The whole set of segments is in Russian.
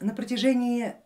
На протяжении,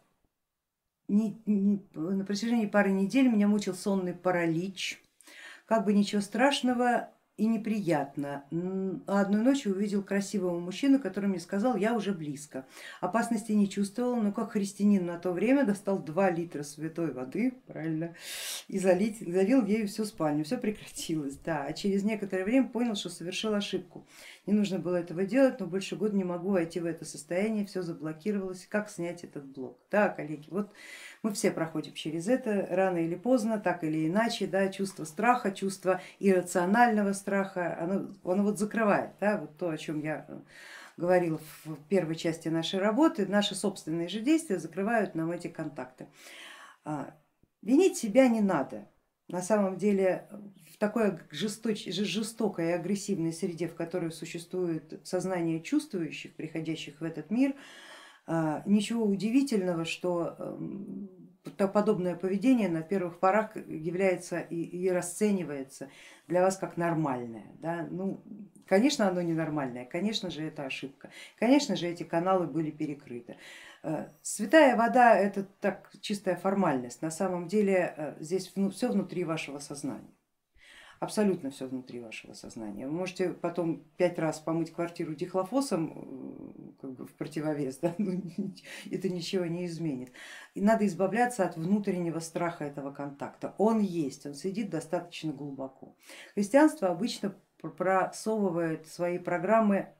на протяжении пары недель меня мучил сонный паралич, как бы ничего страшного и неприятно. А одной ночью увидел красивого мужчину, который мне сказал: я уже близко. Опасности не чувствовал, но как христианин на то время достал 2 литра святой воды, правильно, и залил ею всю спальню. Все прекратилось, да. А через некоторое время понял, что совершил ошибку. Не нужно было этого делать, но больше года не могу войти в это состояние, все заблокировалось. Как снять этот блок? Да, коллеги, вот мы все проходим через это рано или поздно, так или иначе, да, чувство страха, чувство иррационального страха, оно вот закрывает, да, вот то, о чем я говорила в первой части нашей работы, наши собственные же действия закрывают нам эти контакты. Винить себя не надо. На самом деле в такой жестокой и агрессивной среде, в которой существует сознание чувствующих, приходящих в этот мир, ничего удивительного, что подобное поведение на первых порах является и расценивается для вас как нормальное. Да? Ну, конечно, оно ненормальное, конечно же, это ошибка, конечно же, эти каналы были перекрыты. Святая вода это так чистая формальность, на самом деле здесь все внутри вашего сознания. Абсолютно все внутри вашего сознания. Вы можете потом 5 раз помыть квартиру дихлофосом как бы в противовес, да? Но это ничего не изменит. И надо избавляться от внутреннего страха этого контакта. Он есть, он сидит достаточно глубоко. Христианство обычно просовывает свои программы,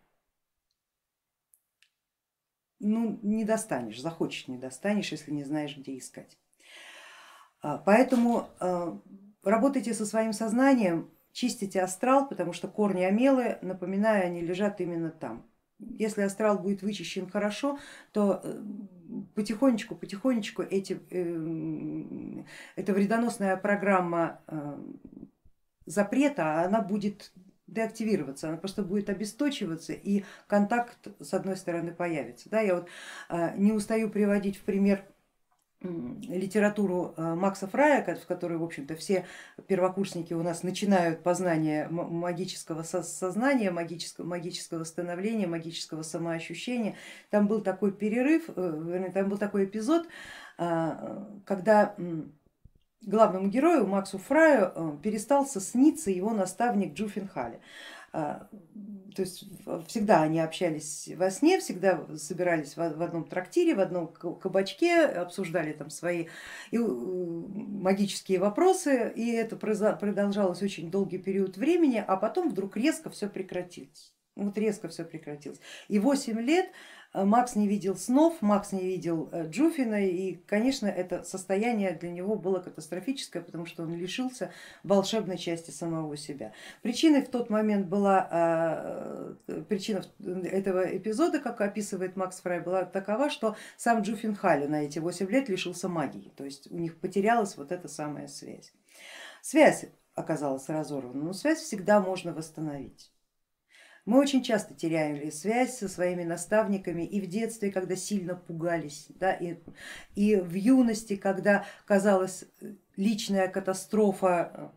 ну не достанешь, захочешь не достанешь, если не знаешь, где искать. Поэтому работайте со своим сознанием, чистите астрал, потому что корни омелы, напоминаю, они лежат именно там. Если астрал будет вычищен хорошо, то потихонечку эта вредоносная программа запрета, она будет деактивироваться, она просто будет обесточиваться и контакт с одной стороны появится. Да, я вот не устаю приводить в пример литературу Макса Фрая, в которой, в общем-то, все первокурсники у нас начинают познание магического сознания, магического становления, магического самоощущения. Там был такой перерыв, там был такой эпизод, когда главному герою Максу Фраю перестался сниться его наставник Джуффин Халли. То есть всегда они общались во сне, всегда собирались в одном трактире, в одном кабачке, обсуждали там свои магические вопросы, и это продолжалось очень долгий период времени, а потом вдруг резко все прекратилось. Вот резко все прекратилось. И 8 лет Макс не видел снов, Макс не видел Джуфина, и, конечно, это состояние для него было катастрофическое, потому что он лишился волшебной части самого себя. Причиной в тот момент была, причина этого эпизода, как описывает Макс Фрай, была такова, что сам Джуфин Халли на эти 8 лет лишился магии, то есть у них потерялась вот эта самая связь. Связь оказалась разорвана, но связь всегда можно восстановить. Мы очень часто теряли связь со своими наставниками и в детстве, когда сильно пугались, да, и в юности, когда казалась личная катастрофа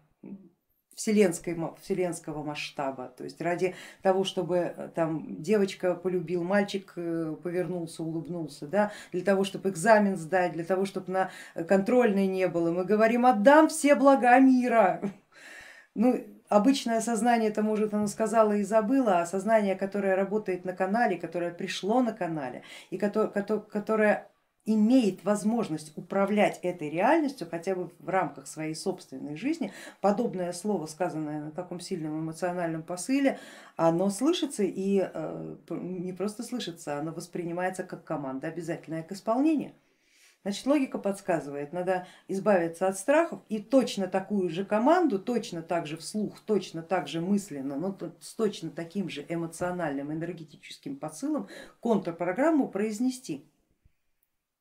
вселенского масштаба, то есть ради того, чтобы там девочка полюбил, мальчик повернулся, улыбнулся, да, для того, чтобы экзамен сдать, для того, чтобы на контрольной не было, мы говорим: отдам все блага мира. Ну, обычное сознание, это может оно сказала и забыла, а сознание, которое работает на канале, которое пришло на канале и которое имеет возможность управлять этой реальностью хотя бы в рамках своей собственной жизни, подобное слово, сказанное на таком сильном эмоциональном посыле, оно слышится и не просто слышится, оно воспринимается как команда, обязательная к исполнению. Значит, логика подсказывает, надо избавиться от страхов и точно такую же команду, точно так же вслух, точно так же мысленно, но с точно таким же эмоциональным, энергетическим посылом контрпрограмму произнести.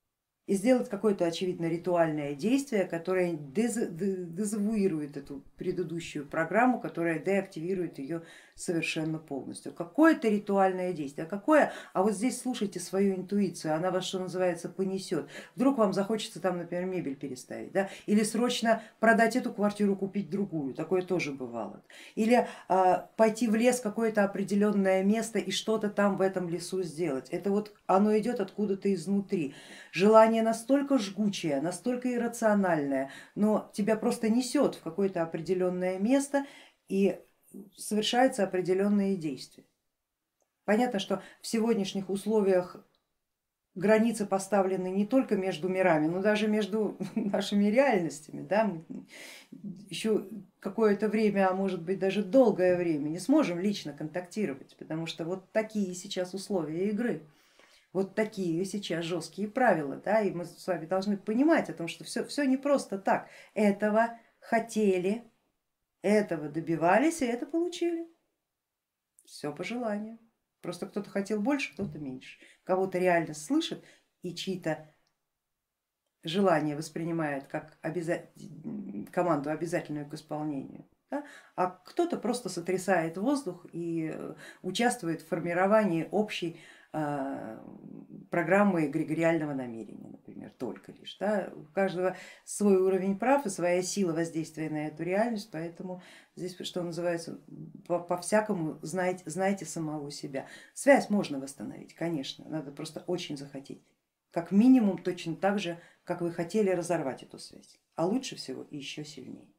и сделать какое-то очевидно ритуальное действие, которое дезавуирует эту предыдущую программу, которая деактивирует ее совершенно полностью. Какое-то ритуальное действие, какое? А вот здесь слушайте свою интуицию, она вас, что называется, понесет. Вдруг вам захочется там, например, мебель переставить, да? Или срочно продать эту квартиру, купить другую, такое тоже бывало. Или пойти в лес, какое-то определенное место и что-то там в этом лесу сделать. Это вот оно идет откуда-то изнутри. Желание настолько жгучее, настолько иррациональное, но тебя просто несет в какое-то определенное место и совершаются определенные действия. Понятно, что в сегодняшних условиях границы поставлены не только между мирами, но даже между нашими реальностями. Да? Мы еще какое-то время, а может быть даже долгое время не сможем лично контактировать, потому что вот такие сейчас условия игры. Вот такие сейчас жесткие правила, да, и мы с вами должны понимать о том, что все не просто так. Этого хотели, этого добивались и это получили. Все по желанию. Просто кто-то хотел больше, кто-то меньше. Кого-то реально слышит и чьи-то желания воспринимает как команду, обязательную к исполнению. Да? А кто-то просто сотрясает воздух и участвует в формировании общей программы эгрегориального намерения, например, только лишь. Да? У каждого свой уровень прав и своя сила воздействия на эту реальность, поэтому здесь, что называется, по-всякому знайте самого себя. Связь можно восстановить, конечно, надо просто очень захотеть. Как минимум точно так же, как вы хотели разорвать эту связь, а лучше всего и еще сильнее.